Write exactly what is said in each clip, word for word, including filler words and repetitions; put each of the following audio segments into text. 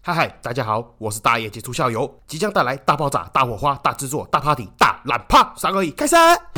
嗨嗨，大家好，我是大爷杰出校友，即将带来大爆炸、大火花、大制作、大 party、大懒趴，三二一，开始！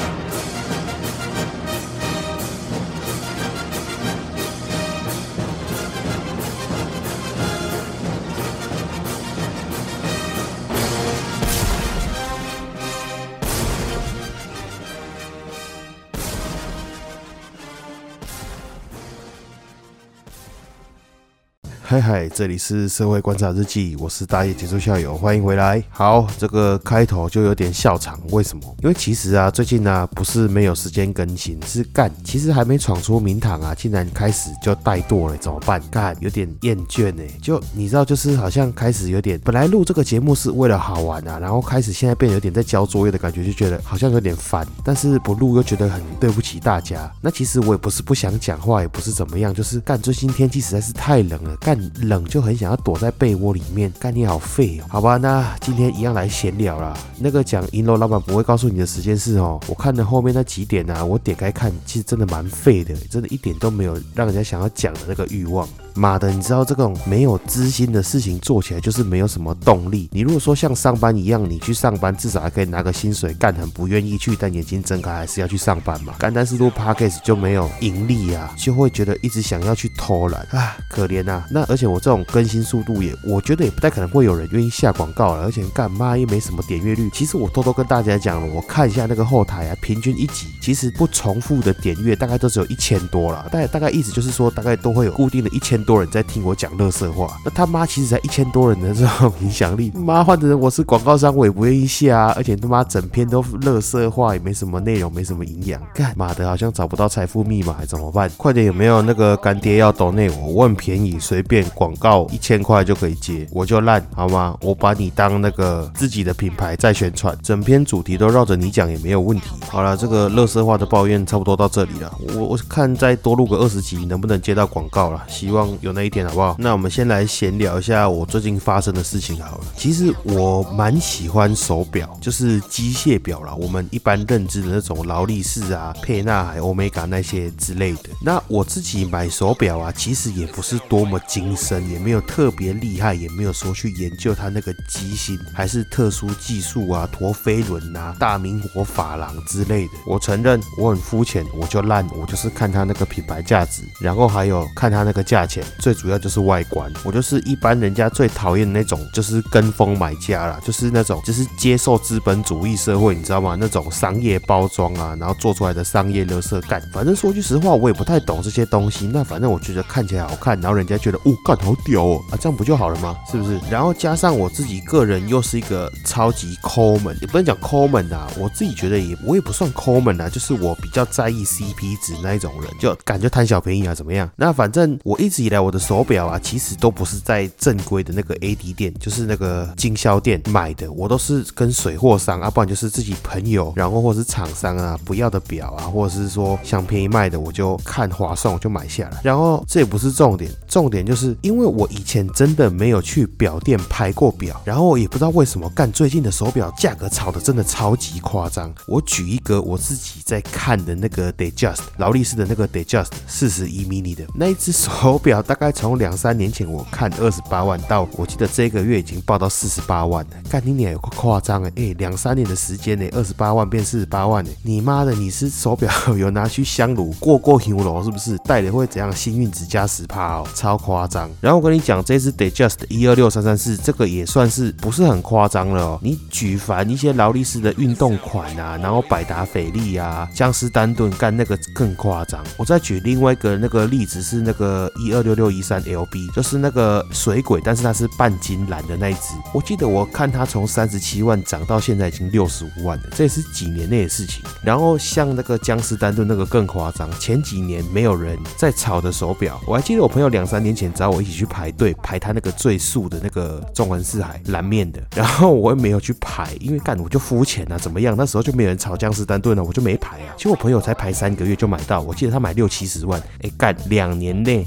嗨嗨，这里是社会观察日记，我是大爷杰出校友，欢迎回来。好，这个开头就有点笑场，为什么？因为其实啊，最近啊不是没有时间更新，是干，其实还没闯出名堂啊，竟然开始就怠惰了，怎么办？干，有点厌倦哎，就你知道，就是好像开始有点，本来录这个节目是为了好玩啊，然后开始现在变得有点在交作业的感觉，就觉得好像有点烦，但是不录又觉得很对不起大家。那其实我也不是不想讲话，也不是怎么样，就是干，最近天气实在是太冷了，干。冷就很想要躲在被窝里面，干你好废哦！好吧，那今天一样来闲聊啦。那个讲银楼老板不会告诉你的时间是哦，我看了后面那几点啊，我点开看，其实真的蛮废的，真的一点都没有让人家想要讲的那个欲望。妈的，你知道这种没有知心的事情做起来就是没有什么动力。你如果说像上班一样，你去上班至少还可以拿个薪水，干很不愿意去，但眼睛睁开还是要去上班嘛。干但是录 podcast 就没有盈利啊，就会觉得一直想要去偷懒啊，可怜啊。那而且我这种更新速度也，我觉得也不太可能会有人愿意下广告了，而且干妈又没什么点阅率。其实我偷偷跟大家讲了，我看一下那个后台啊，平均一集其实不重复的点阅大概都只有一千多啦，大概大概意思就是说，大概都会有固定的一千多人在听我讲垃圾话。那他妈其实才一千多人的这种影响力，妈换的人我是广告商，我也不愿意下啊，而且他妈整篇都垃圾话，也没什么内容，没什么营养。干妈的，好像找不到财富密码，还怎么办？快点，有没有那个干爹要抖内我？我很便宜，随便广告一千块就可以接，我就烂好吗？我把你当那个自己的品牌在宣传，整篇主题都绕着你讲也没有问题。好了，这个垃圾话的抱怨差不多到这里了，我我看再多录个二十集，能不能接到广告了？希望有那一天好不好？那我们先来闲聊一下我最近发生的事情好了。其实我蛮喜欢手表，就是机械表啦，我们一般认知的那种劳力士啊、沛纳海、欧米伽那些之类的。那我自己买手表啊，其实也不是多么精深，也没有特别厉害，也没有说去研究它那个机芯还是特殊技术啊、陀飞轮啊、大明火珐琅之类的。我承认我很肤浅，我就烂，我就是看它那个品牌价值，然后还有看它那个价钱，最主要就是外观。我就是一般人家最讨厌的那种，就是跟风买家啦，就是那种就是接受资本主义社会，你知道吗？那种商业包装啊，然后做出来的商业垃圾干。反正说句实话，我也不太懂这些东西。那反正我觉得看起来好看，然后人家觉得哦干好屌哦啊，这样不就好了吗？是不是？然后加上我自己个人又是一个超级抠门，也不能讲抠门啊，我自己觉得也我也不算抠门啊，就是我比较在意 C P 值那一种人，就感觉贪小便宜啊怎么样？那反正我一直以来我的手表啊，其实都不是在正规的那个 A D 店，就是那个经销店买的，我都是跟水货商啊，不然就是自己朋友，然后或是厂商啊不要的表啊，或者是说想便宜卖的，我就看划算我就买下来。然后这也不是重点，重点就是因为我以前真的没有去表店拍过表，然后也不知道为什么干最近的手表价格炒的真的超级夸张。我举一个我自己在看的那个 Datejust 劳力士的那个 Datejust 四十一 mini 的那一只手表，大概从两三年前我看二十八万到我记得这个月已经爆到四十八万了，干你娘有个夸张哎！哎，两三年的时间呢，二十八万变四十八万哎！你妈的，你是手表有拿去香炉过过香炉是不是？戴了会怎样？幸运值加十趴哦，超夸张。然后我跟你讲，这支 Datejust 一二六三三四这个也算是不是很夸张了哦。你举凡一些劳力士的运动款啊，然后百达翡丽啊、江诗丹顿干那个更夸张。我再举另外一个那个例子是那个一二六六一三 L B， 就是那个水鬼，但是它是半金蓝的那一只。我记得我看它从三十七万涨到现在已经六十五万了，这也是几年内的事情。然后像那个江诗丹顿那个更夸张，前几年没有人在炒的手表，我还记得我朋友两三年前找我一起去排队排他那个最速的那个纵横四海蓝面的，然后我也没有去排，因为干我就肤浅啊，怎么样？那时候就没有人炒江诗丹顿了，我就没排啊。其实我朋友才排三个月就买到，我记得他买六七十万，哎干两年内两年。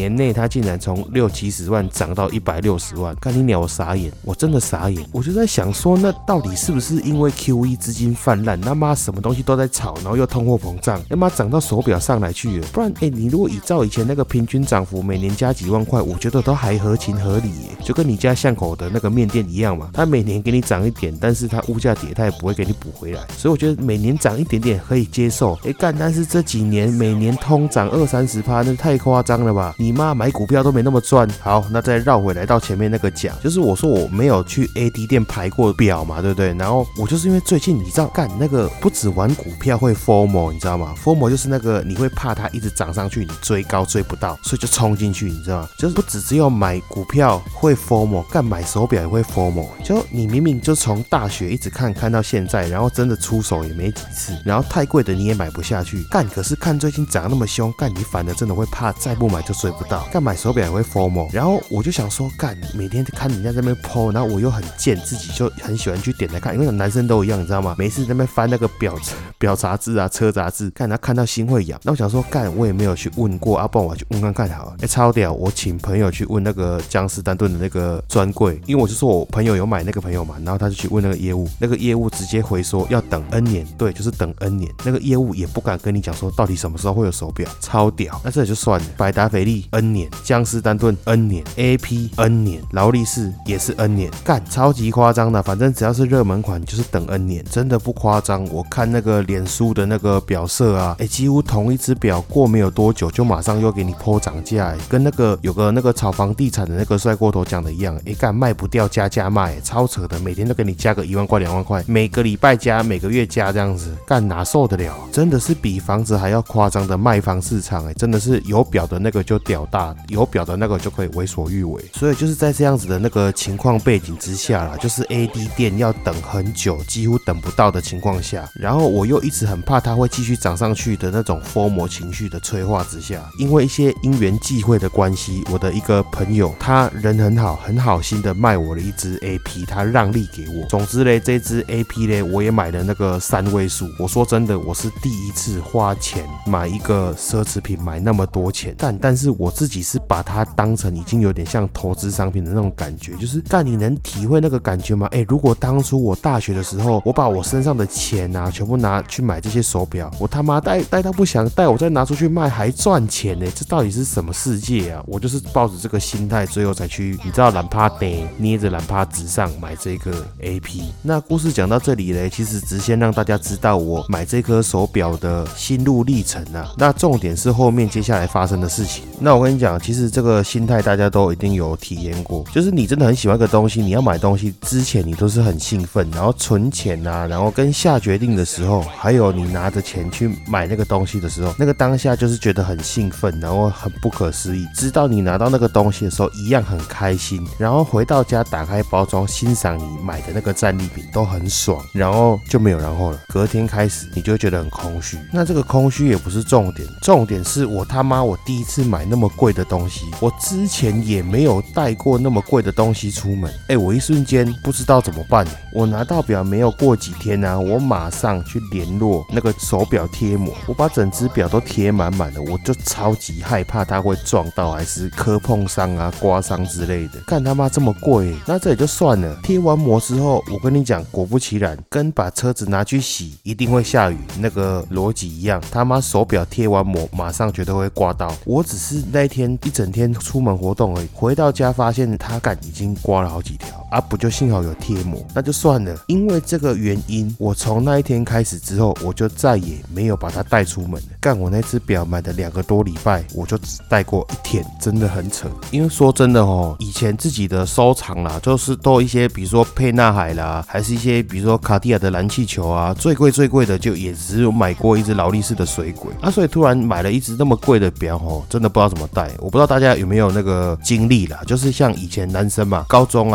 年内它竟然从六七十万涨到一百六十万，干你鸟，我傻眼，我真的傻眼。我就在想说，那到底是不是因为 Q E 资金泛滥，他妈什么东西都在炒，然后又通货膨胀，他妈涨到手表上来去了？不然，哎、欸，你如果依照以前那个平均涨幅，每年加几万块，我觉得都还合情合理耶，就跟你家巷口的那个面店一样嘛，它每年给你涨一点，但是它物价跌，它也不会给你补回来，所以我觉得每年涨一点点可以接受。哎、欸、干，但是这几年每年通涨二三十趴，那太夸张了吧？你妈买股票都没那么赚。好，那再绕回来到前面那个讲，就是我说我没有去 A D 店排过表嘛，对不对？然后我就是因为最近你知道，干那个不止玩股票会 F O M O， 你知道吗 ？F O M O 就是那个你会怕它一直涨上去，你追高追不到，所以就冲进去，你知道吗？就是不只只有买股票会 F O M O， 干买手表也会 F O M O。就你明明就从大学一直看看到现在，然后真的出手也没几次，然后太贵的你也买不下去，干可是看最近涨那么凶，干你反而真的会怕，再不买就追不到，干买手表也会 F O M O。然后我就想说，干每天看人家在那边 P O， 然后我又很贱，自己就很喜欢去点来看，因为男生都一样，你知道吗？每次在那边翻那个表表杂志啊、车杂志，看他看到心会痒。那我想说，干我也没有去问过，啊，不然我去问看看好了。哎、欸，超屌！我请朋友去问那个江诗丹顿的那个专柜，因为我就说我朋友有买那个朋友嘛，然后他就去问那个业务，那个业务直接回说要等 N 年，对，就是等 N 年。那个业务也不敢跟你讲说到底什么时候会有手表，超屌。那这也就算了，百达翡丽 N 年，江诗丹顿 N 年 ，A P N 年，劳力士也是 N 年，干超级夸张的。反正只要是热门款就是等 N 年，真的不夸张。我看那个脸书的那个表色啊，哎、欸，几乎同一只表过没有多久就马上又给你po涨价，哎，跟那个有个那个炒房地产的那个帅锅头讲的一样，哎、欸，干卖不掉加价卖，超扯的，每天都给你加个一万块两万块，每个礼拜加，每个月加这样子，干哪受得了？真的是比房子还要夸张的卖方市场，哎，真的是有表的那个就屌大，有表的那个就可以为所欲为。所以就是在这样子的那个情况背景之下啦，就是 A D 店要等很久，几乎等不到的情况下，然后我又一直很怕它会继续涨上去的那种 F O M O 情绪的催化之下，因为一些因缘际会的关系，我的一个朋友他人很好，很好心的卖我了一支 A P， 他让利给我。总之嘞，这支 A P 嘞，我也买了那个三位数。我说真的，我是第一次花钱买一个奢侈品，买那么多钱，但但是我自己是把它当成已经有点像投资商品的那种感觉，就是但你能体会那个感觉吗？哎，如果当初我大学的时候，我把我身上的钱啊全部拿去买这些手表，我他妈带带到不想带，我再拿出去卖还赚钱呢，这到底是什么世界啊？我就是抱着这个心态，最后才去你知道懒趴得捏着懒趴纸上买这个 A P。那故事讲到这里嘞，其实只先让大家知道我买这颗手表的心路历程啊。那重点是后面接下来发生的事情。那我跟你讲，其实这个心态大家都一定有体验过，就是你真的很喜欢一个东西，你要买东西之前你都是很兴奋，然后存钱啊，然后跟下决定的时候，还有你拿着钱去买那个东西的时候，那个当下就是觉得很兴奋，然后很不可思议。直到你拿到那个东西的时候，一样很开心，然后回到家打开包装，欣赏你买的那个战利品，都很爽，然后就没有然后了。隔天开始，你就会觉得很空虚。那这个空虚也不是重点，重点是我他妈我第一次买那么贵的东西，我之前也没有带过那么贵的东西出门。哎，我一瞬间不知道怎么办。我拿到表没有过几天啊，我马上去联络那个手表贴膜，我把整只表都贴满满的，我就超级害怕它会撞到，还是磕碰伤啊、刮伤之类的。干他妈这么贵，那这也就算了。贴完膜之后，我跟你讲，果不其然，跟把车子拿去洗一定会下雨那个逻辑一样，他妈手表贴完膜马上绝对会刮到。我只是那一天一整天出门活动而已，回到家发现它干已经刮了好几条啊，不就幸好有贴膜，那就算了。因为这个原因，我从那一天开始之后，我就再也没有把它带出门了。干我那只表买的两个多礼拜，我就只带过一天，真的很扯。因为说真的哦，以前自己的收藏啦，就是都一些比如说沛纳海啦，还是一些比如说卡地亚的蓝气球啊，最贵最贵的就也只有买过一只劳力士的水鬼啊，所以突然买了一只那么贵的表哦，真的不知道怎么带。我不知道大家有没有那个经历啦，就是像以前男生嘛，高中啊、大学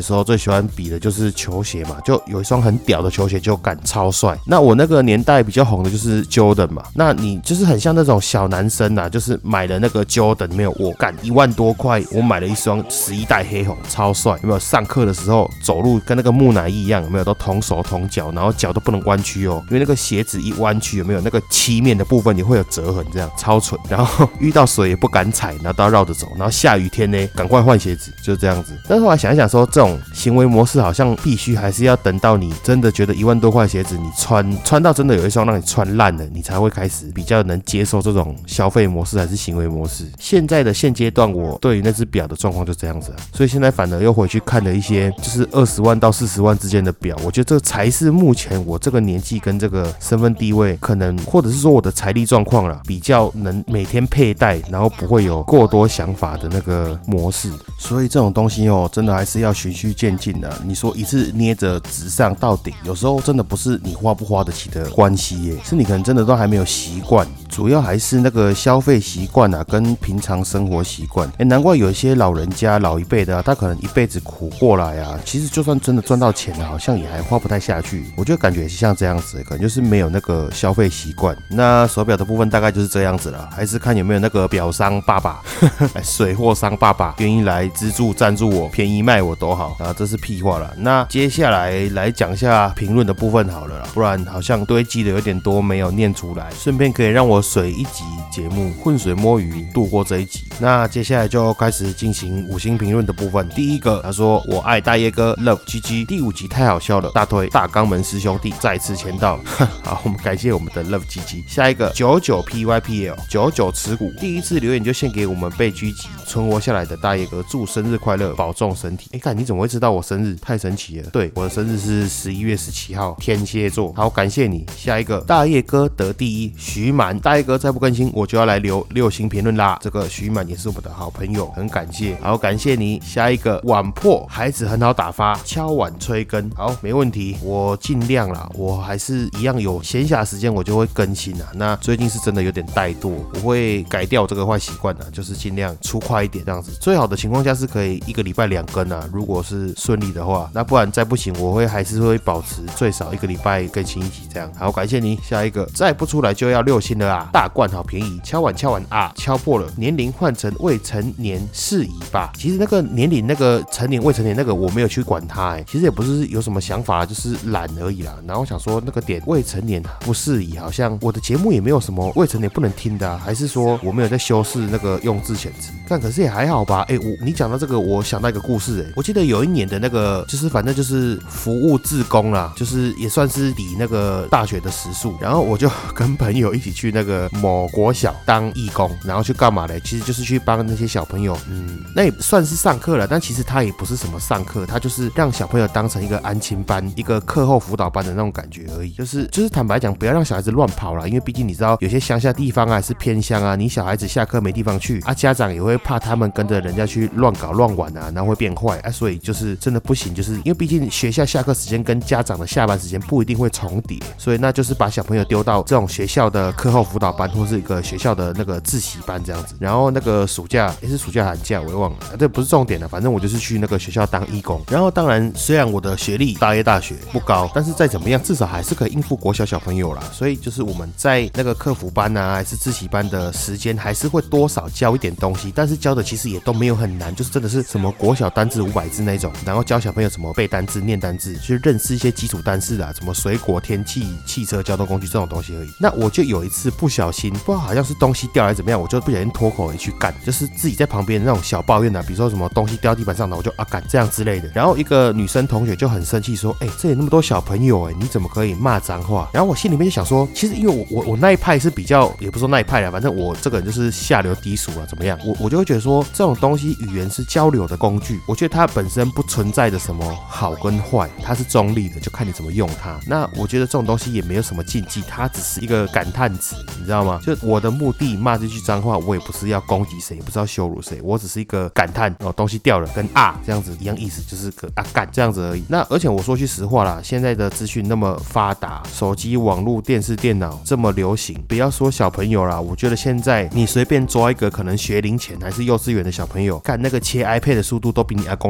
时候最喜欢比的就是球鞋嘛，就有一双很屌的球鞋就干超帅。那我那个年代比较红的就是 Jordan 嘛，那你就是很像那种小男生啊，就是买了那个 Jordan 没有，我干一万多块，我买了一双十一代黑红，超帅，有没有？上课的时候走路跟那个木乃伊一样，有没有？都同手同脚，然后脚都不能弯曲哦，因为那个鞋子一弯曲，有没有？那个漆面的部分也会有折痕，这样超蠢。然后遇到水也不敢踩，然后都要绕着走，然后下雨天呢，赶快换鞋子，就是这样子。但是后来想一想说，这种行为模式好像必须还是要等到你真的觉得一万多块鞋子你穿穿到真的有一双让你穿烂了，你才会开始比较能接受这种消费模式还是行为模式。现在的现阶段，我对于那只表的状况就这样子啊，所以现在反而又回去看了一些就是二十万到四十万之间的表，我觉得这才是目前我这个年纪跟这个身份地位，可能或者是说我的财力状况啦，比较能每天佩戴，然后不会有过多想法的那个模式。所以这种东西哦，真的还是要循序渐进的。你说一次捏着直上到顶，有时候真的不是你花不花得起的关系耶，是你可能真的都还没有习惯。主要还是那个消费习惯啊，跟平常生活习惯。哎，难怪有一些老人家、老一辈的啊，他可能一辈子苦过来啊，其实就算真的赚到钱了，好像也还花不太下去。我觉得感觉也是像这样子，可能就是没有那个消费习惯。那手表的部分大概就是这样子了，还是看有没有那个表商爸爸、水货商爸爸愿意来资助赞助我，便宜卖我都好啊，这是屁话了。那接下来来讲一下评论的部分好了啦，不然好像堆积的有点多，没有念出来，顺便可以让我水一集节目浑水摸鱼度过这一集。那接下来就开始进行五星评论的部分。第一个他说我爱大叶哥 Love G G 第五集太好笑了，大推大肛门师兄弟再次签到。好，我们感谢我们的 Love G G。下一个九九 P Y P L 九九持股第一次留言就献给我们被狙击存活下来的大叶哥，祝生日快乐，保重身体。哎，看你怎么会知道我生日？太神奇了。对，我的生日是十一月十七号，天蝎座。好，感谢你。下一个大叶哥得第一，徐满。大叶哥再不更新，我就要来留六星评论啦。这个徐满也是我们的好朋友，很感谢。好，感谢你。下一个碗破，孩子很好打发，敲碗催更。好，没问题，我尽量啦。我还是一样有闲暇时间我就会更新啊。那最近是真的有点怠惰，我会改掉这个坏习惯啊，就是尽量出快一点这样子。最好的情况下是可以一个礼拜两更啊，如果是顺利的话。那不然再不行，我会还是会保持最少一个礼拜更新一集这样。好，感谢你。下一个再不出来就要六星了啊，大罐好便宜，敲碗敲碗啊，敲破了，年龄换成未成年适宜吧。其实那个年龄那个成年未成年那个我没有去管它，哎，其实也不是有什么想法，就是懒而已啦。然后想说那个点未成年不适宜，好像我的节目也没有什么未成年不能听的啊，还是说我没有在修饰那个用字遣词？但可是也还好吧。哎，我你讲到这个，我想到一个故事，哎，我记得有一年的那个就是反正就是服务志工啦，就是也算是抵那个大学的时数，然后我就跟朋友一起去那个某国小当义工，然后去干嘛嘞？其实就是去帮那些小朋友，嗯，那也算是上课了，但其实他也不是什么上课，他就是让小朋友当成一个安亲班、一个课后辅导班的那种感觉而已。就是就是坦白讲，不要让小孩子乱跑啦，因为毕竟你知道有些乡下地方啊，还是偏乡啊，你小孩子下课没地方去啊，家长也会怕他们跟着人家去乱搞乱玩啊，然后会变坏啊，所以就是真的不行，就是因为毕竟学校下课时间跟家长的下班时间不一定会重叠，所以那就是把小朋友丢到这种学校的课后辅导班或是一个学校的那个自习班这样子。然后那个暑假也是暑假寒假我也忘了，啊，这不是重点了，反正我就是去那个学校当义工。然后当然虽然我的学历大业大学不高，但是再怎么样至少还是可以应付国小小朋友啦，所以就是我们在那个客服班啊还是自习班的时间还是会多少教一点东西，但是教的其实也都没有很难，就是真的是什么国小单字五百字那种，然后教小朋友怎么背单字念单字，去认识一些基础单字啊，什么水果天气汽车交通工具这种东西而已。那我就有一次不小心不知道好像是东西掉还是怎么样，我就不小心脱口而去干，就是自己在旁边那种小抱怨啊，比如说什么东西掉地板上，然后我就啊干这样之类的。然后一个女生同学就很生气说，哎，这里那么多小朋友哎，你怎么可以骂脏话？然后我心里面就想说，其实因为我我我那一派是比较，也不是说那一派啦，反正我这个人就是下流低俗啊，怎么样？我我就会觉得说，这种东西语言是交流的工具，我觉得它本身不存在的什么好跟坏，它是中立的，就看你怎么用它。那我觉得这种东西也没有什么禁忌，它只是一个感叹词，你知道吗？就我的目的骂这句脏话，我也不是要攻击谁，也不是要羞辱谁，我只是一个感叹哦，东西掉了跟啊这样子一样意思，就是个啊干这样子而已。那而且我说句实话啦，现在的资讯那么发达，手机、网络、电视、电脑这么流行，不要说小朋友啦，我觉得现在你随便抓一个可能学龄前还是幼稚园的小朋友，干那个切 iPad 的速度都比你阿公阿嬷还要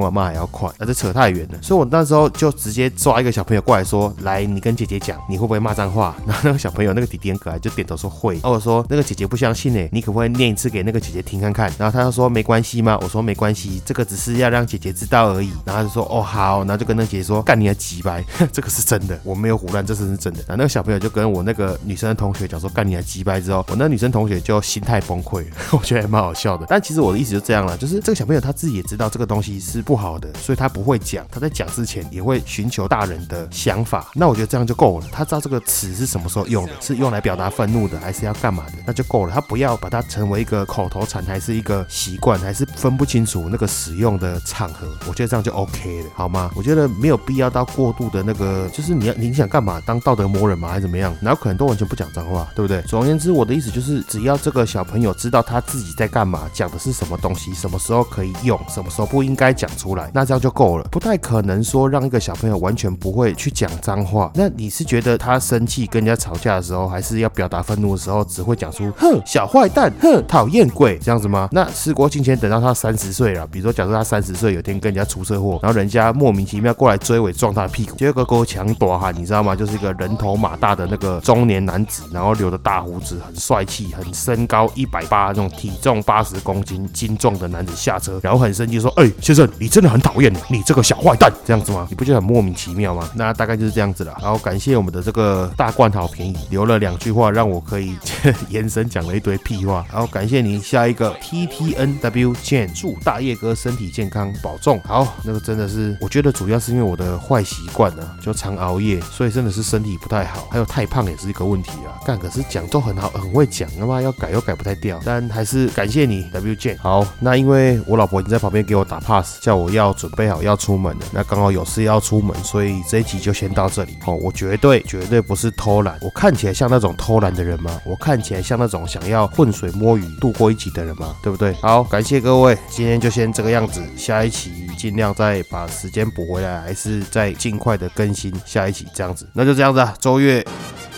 要快，那这扯太远了。所以我那时候就直接抓一个小朋友过来说，来，你跟姐姐讲，你会不会骂脏话？然后那个小朋友那个弟弟很可爱，就点头说会。然后我说那个姐姐不相信哎，你可不可以念一次给那个姐姐听看看？然后他就说没关系吗？我说没关系，这个只是要让姐姐知道而已。然后他就说哦好，然后就跟那个姐姐说干你的鸡掰，这个是真的，我没有胡乱，这是真的。然后那个小朋友就跟我那个女生的同学讲说干你的鸡掰之后，我那个女生同学就心态崩溃了，我觉得还蛮好笑的。但其实我的意思就这样了，就是这个小朋友他自己也知道这个东西是不好的，所以他不会讲，他在讲之前也会寻求大人的想法。那我觉得这样就够了，他知道这个词是什么时候用的，是用来表达愤怒的，还是要干嘛的，那就够了。他不要把它成为一个口头禅，还是一个习惯，还是分不清楚那个使用的场合，我觉得这样就 OK 了，好吗？我觉得没有必要到过度的那个，就是你要你想干嘛，当道德魔人嘛，还是怎么样？哪有可能都完全不讲脏话，对不对？总而言之，我的意思就是，只要这个小朋友知道他自己在干嘛，讲的是什么东西，什么时候可以用，什么时候不应该讲出来，那这样就够了。不太可能说让一个小朋友完全不会去讲脏话。那你是觉得他生气跟人家吵架的时候，还是要表达愤怒的时候，只会讲出哼小坏蛋，哼讨厌鬼这样子吗？那事过境迁，等到他三十岁了，比如说假设他三十岁有天跟人家出车祸，然后人家莫名其妙过来追尾撞他的屁股，结果够强大汉，你知道吗？就是一个人头马大的那个中年男子，然后留着大胡子，很帅气，很身高一百八十那种体重八十公斤精壮的男子下车，然后很生气说：“哎、欸，先生，你真的很讨厌你这个小坏蛋，这样子吗？你不觉得很莫名其妙吗？”那大概就是这样子啦。然后感谢我们的这个大罐头便宜，留了两句话让我可以延伸讲了一堆屁话。然后感谢你下一个 T T N W Jane， 祝大叶哥身体健康保重。好，那个真的是我觉得主要是因为我的坏习惯啊，就常熬夜，所以真的是身体不太好，还有太胖也是一个问题啊。干可是讲都很好，很会讲，他妈要改又改不太掉，但还是感谢你 W Jane。好，那因为我老婆已经在旁边给我打 pass， 叫我要准备好要出门了，那刚好有事要出门，所以这一集就先到这里。哦，我绝对绝对不是偷懒，我看起来像那种偷懒的人吗？我看起来像那种想要浑水摸鱼度过一集的人吗？对不对？好，感谢各位，今天就先这个样子，下一期尽量再把时间补回来，还是再尽快的更新下一期这样子，那就这样子啊，周月。